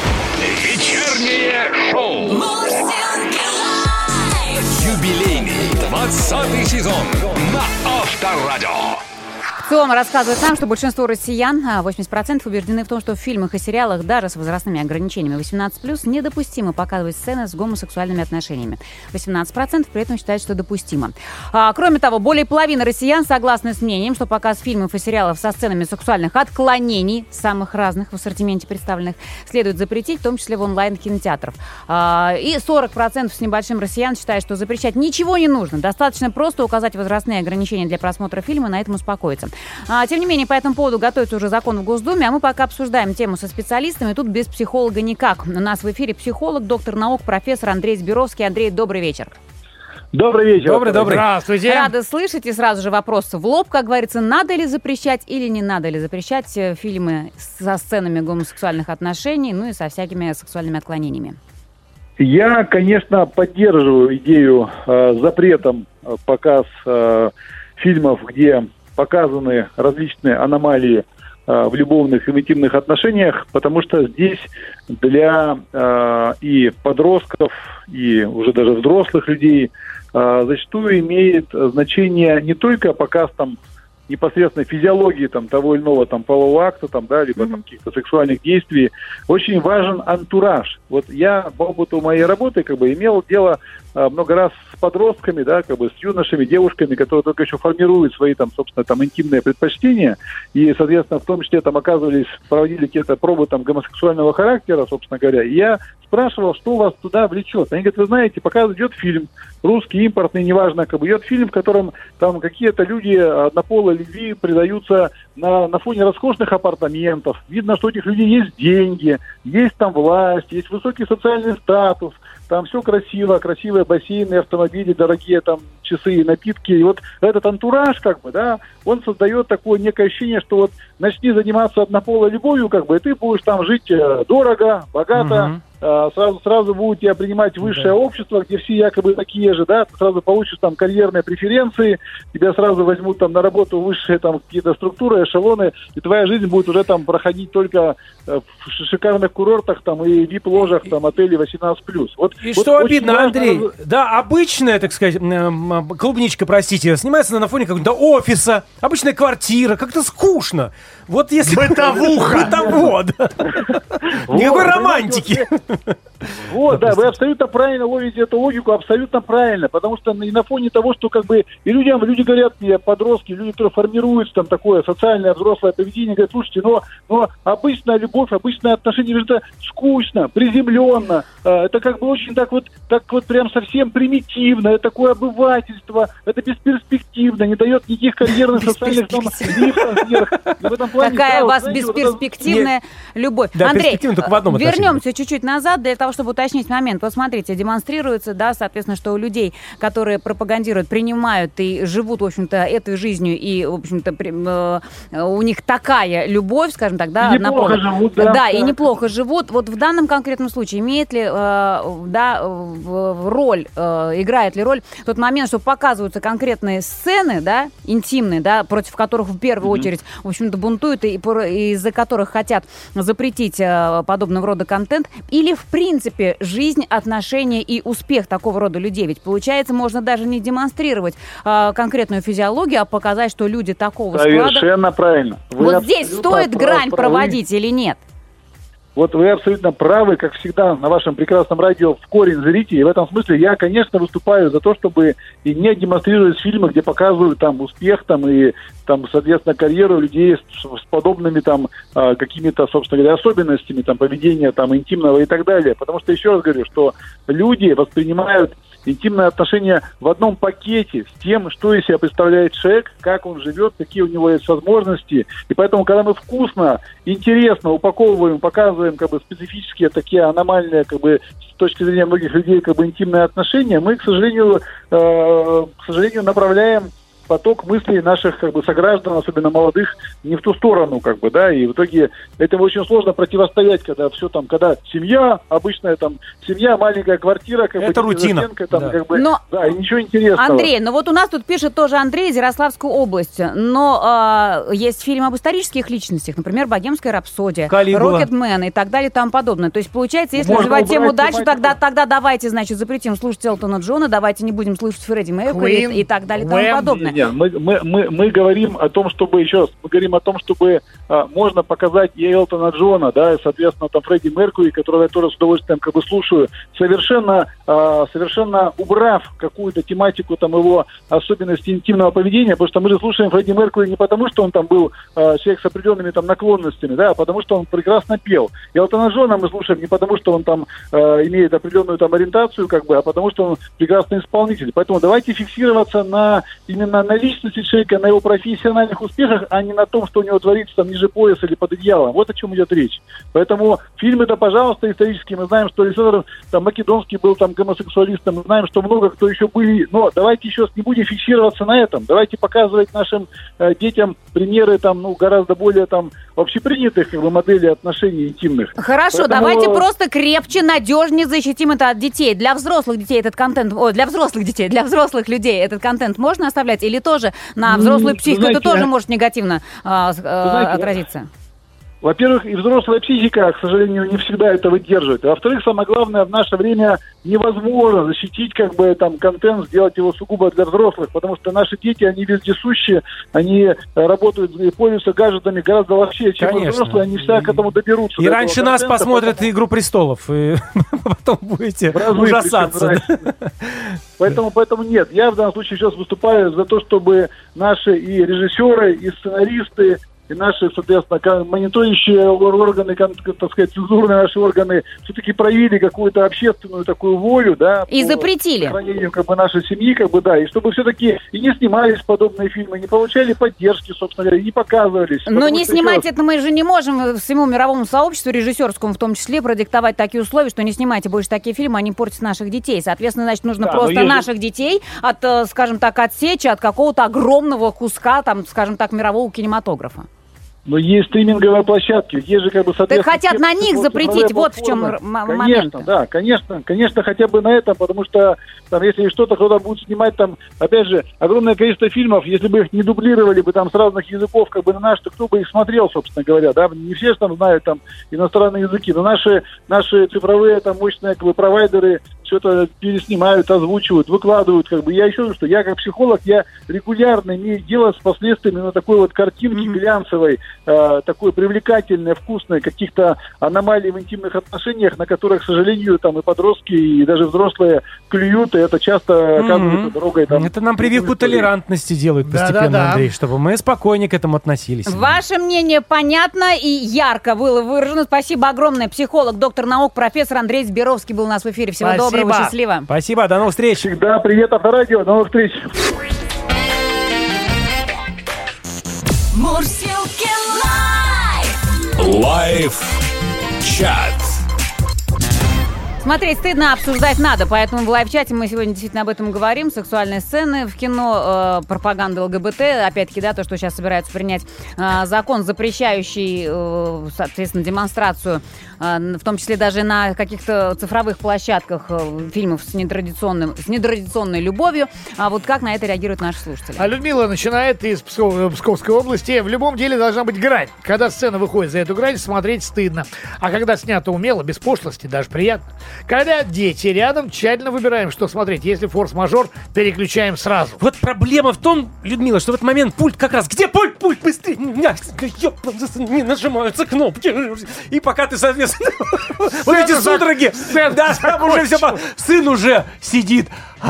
Вечернее шоу. Мурзилки лайф. Юбилейный двадцатый сезон на Авторадио. ЦИОМ рассказывает нам, что большинство россиян, а восемьдесят процентов, убеждены в том, что в фильмах и сериалах даже с возрастными ограничениями восемнадцать плюс недопустимо показывать сцены с гомосексуальными отношениями. восемнадцать процентов при этом считают, что допустимо. А, кроме того, более половины россиян согласны с мнением, что показ фильмов и сериалов со сценами сексуальных отклонений, самых разных в ассортименте представленных, следует запретить, в том числе в онлайн-кинотеатрах. А, и сорок процентов с небольшим россиян считают, что запрещать ничего не нужно. Достаточно просто указать возрастные ограничения для просмотра фильма, на этом успокоиться. А, тем не менее, по этому поводу готовится уже закон в Госдуме, а мы пока обсуждаем тему со специалистами. Тут без психолога никак. У нас в эфире психолог, доктор наук, профессор Андрей Сберовский. Андрей, добрый вечер. Добрый вечер. Добрый, добрый. Здравствуйте. Рада слышать. И сразу же вопрос в лоб, как говорится, надо ли запрещать или не надо ли запрещать э, фильмы со сценами гомосексуальных отношений, ну и со всякими сексуальными отклонениями? Я, конечно, поддерживаю идею э, запретом э, показ э, фильмов, где показаны различные аномалии э, в любовных и интимных отношениях, потому что здесь для э, и подростков, и уже даже взрослых людей э, зачастую имеет значение не только показ там непосредственно физиологии там, того или иного там, полового акта, там, да, либо там, каких-то сексуальных действий, очень важен антураж. Вот я по опыту моей работы как бы имел дело а, много раз с подростками, да, как бы с юношами, девушками, которые только еще формируют свои там, собственно, там интимные предпочтения, и, соответственно, в том числе там оказывались, проводили какие-то пробы там гомосексуального характера, собственно говоря. И я спрашивал, что вас туда влечет. Они говорят, вы знаете, пока идет фильм, русский, импортный, неважно, как бы идет фильм, в котором там какие-то люди однополой любви предаются на, на фоне роскошных апартаментов. Видно, что у этих людей есть деньги, есть там власть, есть высокий социальный статус, там все красиво, красивые бассейны, автомобили, дорогие там часы и напитки. И вот этот антураж, как бы, да, он создает такое некое ощущение, что вот начни заниматься однополой любовью, как бы, и ты будешь там жить дорого, богато, Uh-huh. Сразу, сразу будут тебя принимать высшее да. общество, где все якобы такие же, да, ты сразу получишь там карьерные преференции, тебя сразу возьмут там на работу высшие там какие-то структуры, эшелоны, и твоя жизнь будет уже там проходить только в шикарных курортах там и вип-ложах там отелей восемнадцать плюс. Вот, и вот что обидно, важно... Андрей, да, обычная, так сказать, клубничка, простите, снимается на фоне какого-то офиса, обычная квартира, как-то скучно. Вот если... Бытовуха! Бытово, да. Никакой романтики. Вот, да, вы абсолютно правильно ловите эту логику, абсолютно правильно, потому что и на фоне того, что как бы и людям, люди говорят мне, подростки, люди, которые формируют там такое социальное взрослое поведение, говорят, слушайте, но, но обычная любовь, обычное отношение, это скучно, приземленно, это как бы очень так вот, так вот прям совсем примитивно, это такое обывательство, это бесперспективно, не дает никаких карьерных социальных там лифтов вверх. Какая у вас бесперспективная любовь. Андрей, вернемся чуть-чуть назад для того, чтобы уточнить момент. Вот смотрите, демонстрируется, да, соответственно, что у людей, которые пропагандируют, принимают и живут, в общем-то, этой жизнью, и, в общем-то, у них такая любовь, скажем так, да, неплохо живут, да, да, да, и неплохо живут. Вот в данном конкретном случае имеет ли, да, роль, играет ли роль тот момент, что показываются конкретные сцены, да, интимные, да, против которых в первую mm-hmm. очередь, в общем-то, бунтуют и из-за которых хотят запретить подобного рода контент, или в принципе жизнь, отношения и успех такого рода людей? Ведь получается, можно даже не демонстрировать э, конкретную физиологию, а показать, что люди такого Совершенно склада... Совершенно правильно. Вы вот здесь стоит грань правы. проводить или нет? Вот вы абсолютно правы, как всегда, на вашем прекрасном радио в корень зрите. И в этом смысле я, конечно, выступаю за то, чтобы и не демонстрировать фильмы, где показывают там успех там, и, там, соответственно, карьеру людей с, с подобными там какими-то, собственно говоря, особенностями там, поведения там, интимного и так далее. Потому что, еще раз говорю, что люди воспринимают интимные отношения в одном пакете с тем, что из себя представляет человек, как он живет, какие у него есть возможности. И поэтому, когда мы вкусно, интересно упаковываем, показываем как бы специфические такие аномальные, как бы с точки зрения многих людей, как бы интимные отношения, мы, к сожалению, э, к сожалению, направляем поток мыслей наших как бы сограждан, особенно молодых, не в ту сторону, как бы, да, и в итоге этому очень сложно противостоять, когда все там, когда семья, обычная там семья, маленькая квартира, как это бы, рутина, там, да. Как бы, но, да, и ничего интересного. Андрей, ну вот у нас тут пишет тоже Андрей из Ярославской области, но э, есть фильм об исторических личностях, например, «Богемская рапсодия», «Рокетмен» и так далее и тому подобное. То есть, получается, если Можно развивать тему дальше, тематику. тогда, тогда давайте, значит, запретим слушать Элтона Джона, давайте не будем слушать Фредди Меркьюри и, и так далее и тому Queen. подобное. Нет, мы, мы, мы, мы говорим о том, чтобы, еще раз, мы говорим о том, чтобы а, можно показать и Элтона Джона, да, и, соответственно, там Фредди Меркьюри, которого я тоже с удовольствием как бы слушаю, совершенно, а, совершенно убрав какую-то тематику там его особенностей интимного поведения, потому что мы же слушаем Фредди Меркьюри не потому, что он там был а, человек с определенными там наклонностями, да, а потому что он прекрасно пел. И Элтона Джона мы слушаем не потому, что он там а, имеет определенную там ориентацию, как бы, а потому что он прекрасный исполнитель. Поэтому давайте фиксироваться на именно на личности человека, на его профессиональных успехах, а не на том, что у него творится там ниже пояса или под одеялом. Вот о чем идет речь. Поэтому фильмы, да, пожалуйста, исторические. Мы знаем, что Александр там, Македонский был там гомосексуалистом. Мы знаем, что много кто еще были. Но давайте еще не будем фиксироваться на этом. Давайте показывать нашим э, детям примеры там, ну, гораздо более там общепринятых как бы, моделей отношений интимных. Хорошо, Поэтому... давайте просто крепче, надежнее защитим это от детей. Для взрослых детей этот контент, о, для взрослых детей, для взрослых людей этот контент можно оставлять или тоже на взрослую психику знаете, это тоже может негативно а, а, знаете, отразиться? во-первых, и взрослая психика, к сожалению, не всегда это выдерживает. Во-вторых, самое главное, в наше время невозможно защитить как бы там контент, сделать его сугубо для взрослых, потому что наши дети, они вездесущие, они работают и пользуются гаджетами гораздо легче, чем Конечно. взрослые, они всегда к этому доберутся. И раньше нас контента, посмотрят поэтому... «Игру престолов», и потом будете В разы ужасаться. причем да. Поэтому, поэтому нет, я в данном случае сейчас выступаю за то, чтобы наши и режиссеры, и сценаристы, и наши, соответственно, мониторящие органы, так сказать, цензурные наши органы все-таки проявили какую-то общественную такую волю, да. И по запретили. сохранению, как бы, нашей семьи, как бы, да, и чтобы все-таки и не снимались подобные фильмы, не получали поддержки, собственно говоря, и не показывались. Но не что снимать еще... это мы же не можем всему мировому сообществу, режиссерскому в том числе, продиктовать такие условия, что не снимайте больше такие фильмы, они портят наших детей. Соответственно, значит, нужно Да, просто если... наших детей от, э, скажем так, отсечь от какого-то огромного куска, там, скажем так, мирового кинематографа. Но есть стриминговые площадки, есть же как бы... Так хотят на них вот, запретить, цифровые вот в чем платформы. м- момент. Конечно, да, конечно, конечно, хотя бы на этом, потому что там, если что-то кто-то будет снимать, там, опять же, огромное количество фильмов, если бы их не дублировали бы там с разных языков, как бы на наш, то кто бы их смотрел, собственно говоря, да, не все же там знают там иностранные языки, но наши, наши цифровые там мощные как бы провайдеры что-то переснимают, озвучивают, выкладывают, как бы. Я еще говорю, что я как психолог, я регулярно имею дело с последствиями на такой вот картинки mm-hmm. глянцевой, э, такой привлекательной, вкусной, каких-то аномалий в интимных отношениях, на которых, к сожалению, там и подростки, и даже взрослые клюют, и это часто mm-hmm. оказывается дорогой там. Это нам прививку толерантности делают постепенно, Да-да-да. Андрей, чтобы мы спокойнее к этому относились. Ваше мнение понятно и ярко было выражено. Спасибо огромное. Психолог, доктор наук, профессор Андрей Зберовский был у нас в эфире. Всего Спасибо. доброго, счастливо. Спасибо, до новых встреч. Всегда привет, Авторадио, до новых встреч. Мурсилки лайф. Лайф чат. Смотреть стыдно, обсуждать надо, поэтому в лайв-чате мы сегодня действительно об этом говорим. Сексуальные сцены в кино, э, пропаганда ЛГБТ, опять-таки, да, то, что сейчас собираются принять э, закон, запрещающий, э, соответственно, демонстрацию, э, в том числе даже на каких-то цифровых площадках э, фильмов с, нетрадиционным, с нетрадиционной любовью. А вот как на это реагируют наши слушатели? А Людмила начинает из Псков- Псковской области. В любом деле должна быть грань. Когда сцена выходит за эту грань, смотреть стыдно. А когда снято умело, без пошлости, даже приятно. Когда дети рядом, тщательно выбираем, что смотреть. Если форс-мажор, переключаем сразу. Вот проблема в том, Людмила, что в этот момент пульт как раз... Где пульт? Пульт, быстрее! Не нажимаются кнопки. И пока ты, соответственно... Вот эти судороги... Да, там уже все... Сын уже сидит.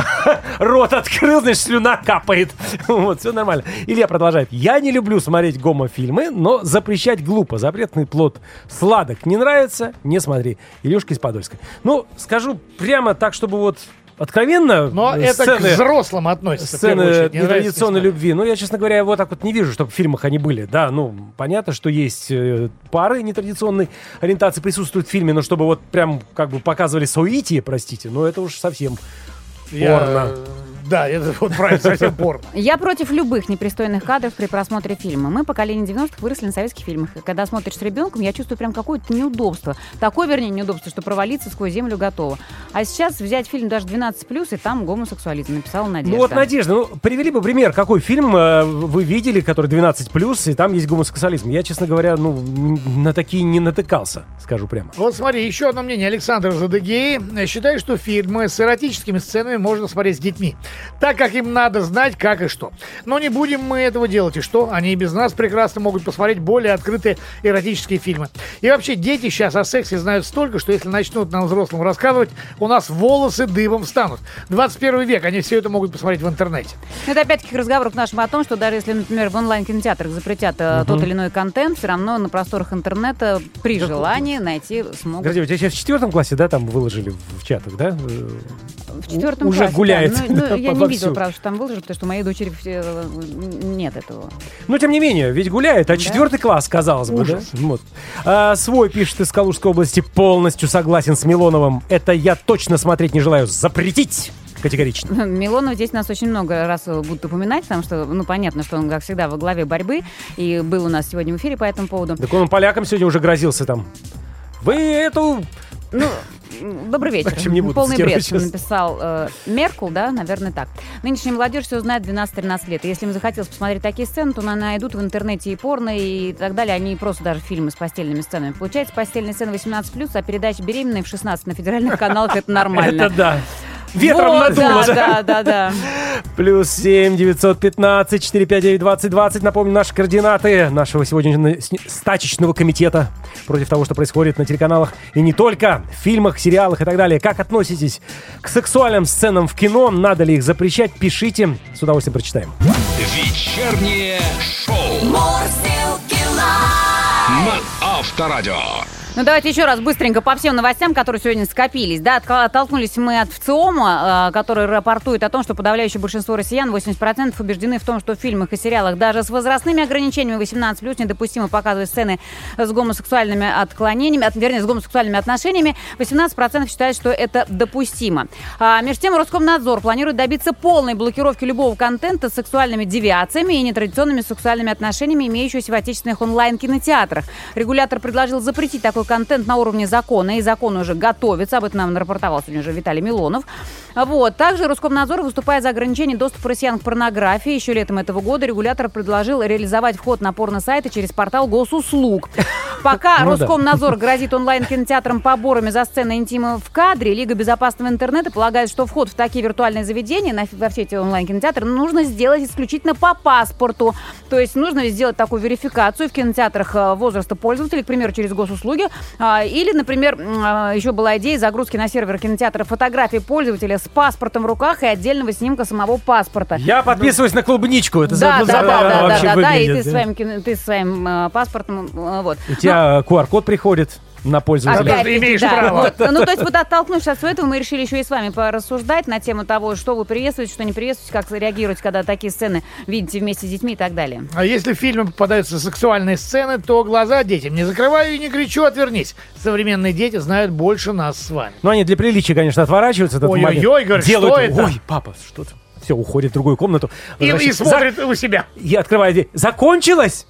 Рот открыл, значит, слюна капает. Вот, все нормально. Илья продолжает. Я не люблю смотреть гомофильмы, но запрещать глупо. Запретный плод сладок. Не нравится? Не смотри. Илюшка из Подольска. Ну, скажу прямо так, чтобы вот откровенно... Но э, это сцены, к взрослым относится. в первую Сцены очередь. Не нравится, нетрадиционной не смотри. любви. Ну, я, честно говоря, вот так вот не вижу, чтобы в фильмах они были. Да, ну, понятно, что есть э, пары нетрадиционной ориентации присутствуют в фильме, но чтобы вот прям как бы показывали соитие, простите, ну, это уж совсем... Я- Порно. Да, это вот правильно, совсем порно. Я против любых непристойных кадров при просмотре фильма. Мы, поколение девяностых, выросли на советских фильмах. И когда смотришь с ребенком, я чувствую прям какое-то неудобство. Такое, вернее, неудобство, что провалиться сквозь землю готово. А сейчас взять фильм даже двенадцать плюс, и там гомосексуализм, написала Надежда. Ну вот, Надежда, ну, привели бы пример, какой фильм э, вы видели, который двенадцать плюс, и там есть гомосексуализм. Я, честно говоря, ну, н- на такие не натыкался, скажу прямо. Вот смотри, еще одно мнение. Александр Задыгей считает, что фильмы с эротическими сценами можно смотреть с детьми, так как им надо знать, как и что. Но не будем мы этого делать. И что? Они и без нас прекрасно могут посмотреть более открытые эротические фильмы. И вообще, дети сейчас о сексе знают столько, что если начнут нам взрослым рассказывать, у нас волосы дыбом встанут. двадцать первый век, они все это могут посмотреть в интернете. Это опять-таки разговор к нашему о том, что даже если, например, в онлайн-кинотеатрах запретят э, тот или иной контент, все равно на просторах интернета при желании найти смогут. Подожди, у тебя сейчас в четвертом классе, да, там выложили в чатах, да? В четвертом уже классе, гуляет, да. Ну, ну, да, я не повсюду. видела, правда, что там выложили, потому что у моей дочери э, нет этого. Ну, тем не менее, ведь гуляет, а четвертый класс, казалось бы, да? Вот. А, свой пишет из Калужской области, полностью согласен с Милоновым. Это я точно смотреть не желаю. Запретить! Категорично. Милонов здесь нас очень много раз будут упоминать, потому что, ну, понятно, что он, как всегда, во главе борьбы, и был у нас сегодня в эфире по этому поводу. Так он полякам сегодня уже грозился там. Вы эту... Ну, Добрый вечер. общем, не буду Полный бред, сейчас. написал э, Меркл, да, наверное, так. Нынешняя молодежь все знает двенадцать-тринадцать лет. Если им захотелось посмотреть такие сцены, то на- найдут в интернете и порно, и так далее. Они просто даже фильмы с постельными сценами. Получается, постельные сцены восемнадцать плюс, а передача «Беременные» в шестнадцать на федеральных каналах — это нормально. Это да. Ветром Вот, надуло, да, да, да, да. Плюс семь девятьсот пятнадцать четыре пять девять двадцать двадцать. Напомню, наши координаты нашего сегодняшнего стачечного комитета против того, что происходит на телеканалах. И не только в фильмах, сериалах и так далее. Как относитесь к сексуальным сценам в кино? Надо ли их запрещать? Пишите. С удовольствием прочитаем. Вечернее шоу Мурзилки лайв. на Авторадио. Ну, давайте еще раз быстренько по всем новостям, которые сегодня скопились. Да, отка- оттолкнулись мы от ВЦИОМа, э, который рапортует о том, что подавляющее большинство россиян, восемьдесят процентов, убеждены в том, что в фильмах и сериалах даже с возрастными ограничениями восемнадцать плюс недопустимо показывать сцены с гомосексуальными отклонениями, от, вернее, с гомосексуальными отношениями. восемнадцать процентов считают, что это допустимо. А, между тем, Роскомнадзор планирует добиться полной блокировки любого контента с сексуальными девиациями и нетрадиционными сексуальными отношениями, имеющегося в отечественных онлайн-кинотеатрах. Регулятор предложил запретить такой контент на уровне закона, и закон уже готовится, об этом нам рапортовал сегодня уже Виталий Милонов. Вот. Также Роскомнадзор выступает за ограничение доступа россиян к порнографии. Еще летом этого года регулятор предложил реализовать вход на порно-сайты через портал госуслуг. Пока Ну да. Роскомнадзор грозит онлайн-кинотеатрам поборами за сцены интима в кадре, Лига безопасного интернета полагает, что вход в такие виртуальные заведения, на- во все эти онлайн-кинотеатры, нужно сделать исключительно по паспорту. То есть нужно сделать такую верификацию в кинотеатрах э, возраста пользователей, к примеру, через госуслуги. А, Или, например, м, а, еще была идея загрузки на сервер кинотеатра фотографий пользователя с паспортом в руках и отдельного снимка самого паспорта. Я подписываюсь на клубничку. Это Да, за- да, да, забавно да, да, вообще да, да, и ты выглядит, с своим, кино- ты со своим э, паспортом, э, вот. У тебя ку ар код приходит на пользователя. Опять. Ты имеешь да, право. вот. Ну, то есть, вот оттолкнувшись от всего этого, мы решили еще и с вами порассуждать на тему того, что вы приветствуете, что не приветствуете, как реагируете, когда такие сцены видите вместе с детьми и так далее. А если в фильме попадаются сексуальные сцены, то глаза детям не закрываю и не кричу, отвернись. Современные дети знают больше нас с вами. Ну, они для приличия, конечно, отворачиваются. Этот Ой-ой-ой, момент. говорят, Делают, что это? Ой, папа, что ты? Все, уходит в другую комнату. И, и возвращается. смотрит у себя. Я открываю дверь. Закончилось?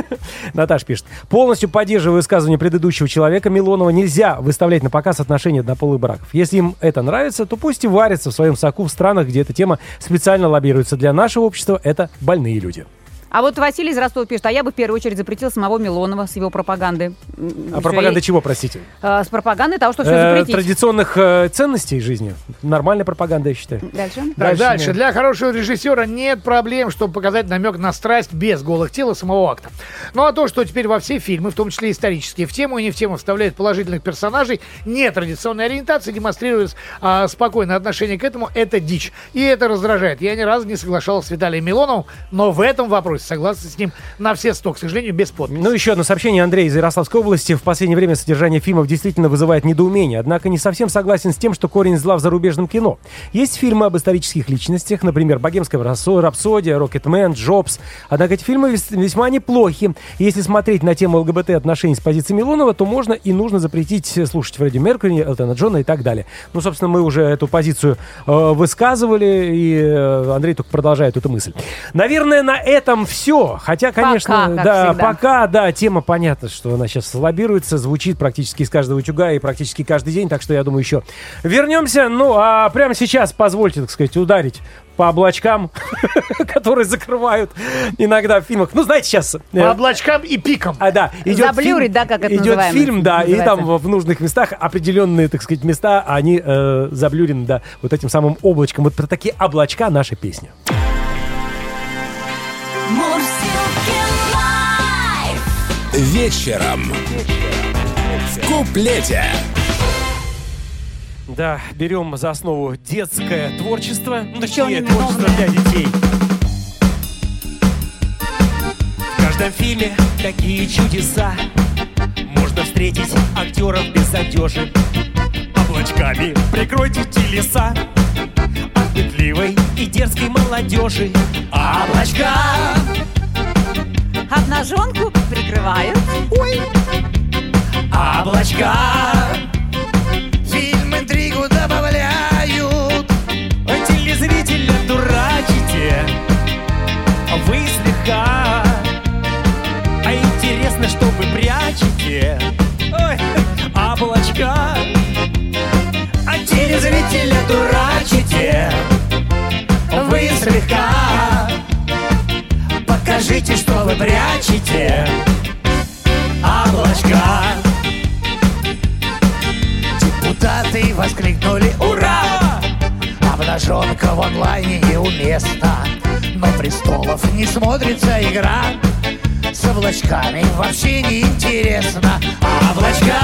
Наташ пишет. Полностью поддерживаю высказывание предыдущего человека Милонова. Нельзя выставлять на показ отношения однополых браков. Если им это нравится, то пусть и варятся в своем соку в странах, где эта тема специально лоббируется. Для нашего общества это больные люди. А вот Василий из Ростова пишет, а я бы в первую очередь запретил самого Милонова с его пропагандой. А пропаганда чего, простите? Э, с пропагандой того, что все Э, запретить. Традиционных э, ценностей жизни. Нормальная пропаганда, я считаю. Дальше. Так, Дальше дальше. нет. Для хорошего режиссера нет проблем, чтобы показать намек на страсть без голых тел и самого акта. Ну а то, что теперь во все фильмы, в том числе исторические, в тему и не в тему вставляют положительных персонажей, нетрадиционной ориентации, демонстрируют а, спокойное отношение к этому, это дичь. И это раздражает. Я ни разу не соглашался с Виталием Милоновым, но в этом вопросе согласен с ним на все сто, к сожалению, без подписи. Ну, еще одно сообщение. Андрей из Ярославской области. В последнее время содержание фильмов действительно вызывает недоумение. Однако не совсем согласен с тем, что корень зла в зарубежном кино. Есть фильмы об исторических личностях, например, «Богемская рапсодия», «Рокетмен», «Джобс». Однако эти фильмы вес- весьма неплохи. Если смотреть на тему ЛГБТ отношений с позиции Милонова, то можно и нужно запретить слушать Фредди Меркьюри, Элтона Джона и так далее. Ну, собственно, мы уже эту позицию э, высказывали, и э, Андрей только продолжает эту мысль. Наверное, на этом все. Хотя, конечно, Пока, как да, всегда. пока, да, тема понятна, что она сейчас лоббируется, звучит практически из каждого утюга и практически каждый день, так что я думаю, еще вернемся. Ну, а прямо сейчас позвольте, так сказать, ударить по облачкам, которые закрывают иногда в фильмах. Ну, знаете, сейчас... По облачкам и пикам. А, да, идет Заблюрить, фильм, да, как это идет называемо, фильм, да, и называется. там в нужных местах определенные, так сказать, места, они э, заблюрены, да, вот этим самым облачком. Вот про такие облачка наша песня. Мурзилки лайв. Вечером. В куплете. Да, берем за основу детское творчество, ну, точнее, Чё не творчество новое? для детей. В каждом фильме такие чудеса. Можно встретить актеров без одежи. Облачками прикройте телеса от пытливой и дерзкой молодежи. Облачка! Обнаженку прикрывают. Облачка! Фильм интригу добавляют. Телезрителя дурачите вы слегка. А интересно, что вы прячете? Ой, облачка. зрителя дурачите. Вы слегка покажите, что вы прячете. Облачка. Депутаты воскликнули «Ура!» Обнаженка в онлайне неуместна, но престолов не смотрится игра. С облачками вообще не интересно. Облачка.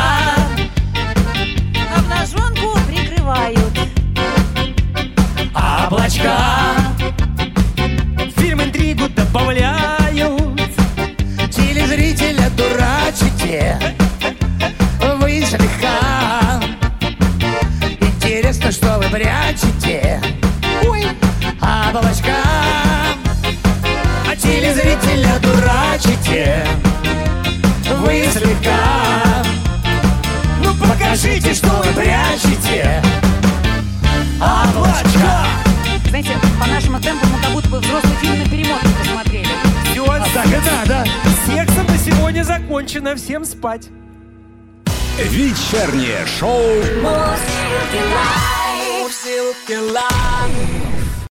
Обнаженку прикрывают. Облачка. Фильм интригу добавляют. Телезрителя дурачите. Вы слегка. Интересно, что вы прячете. Ой. Облачка. А телезрителя дурачите. Вы слегка. Ну покажите, что вы прячете. Облачка. Знаете, по нашему темпу мы как будто бы взрослый фильм на перемотке посмотрели. Все, А так и надо. сексом на сегодня закончено. Всем спать. Вечернее шоу Мурзилки лайф.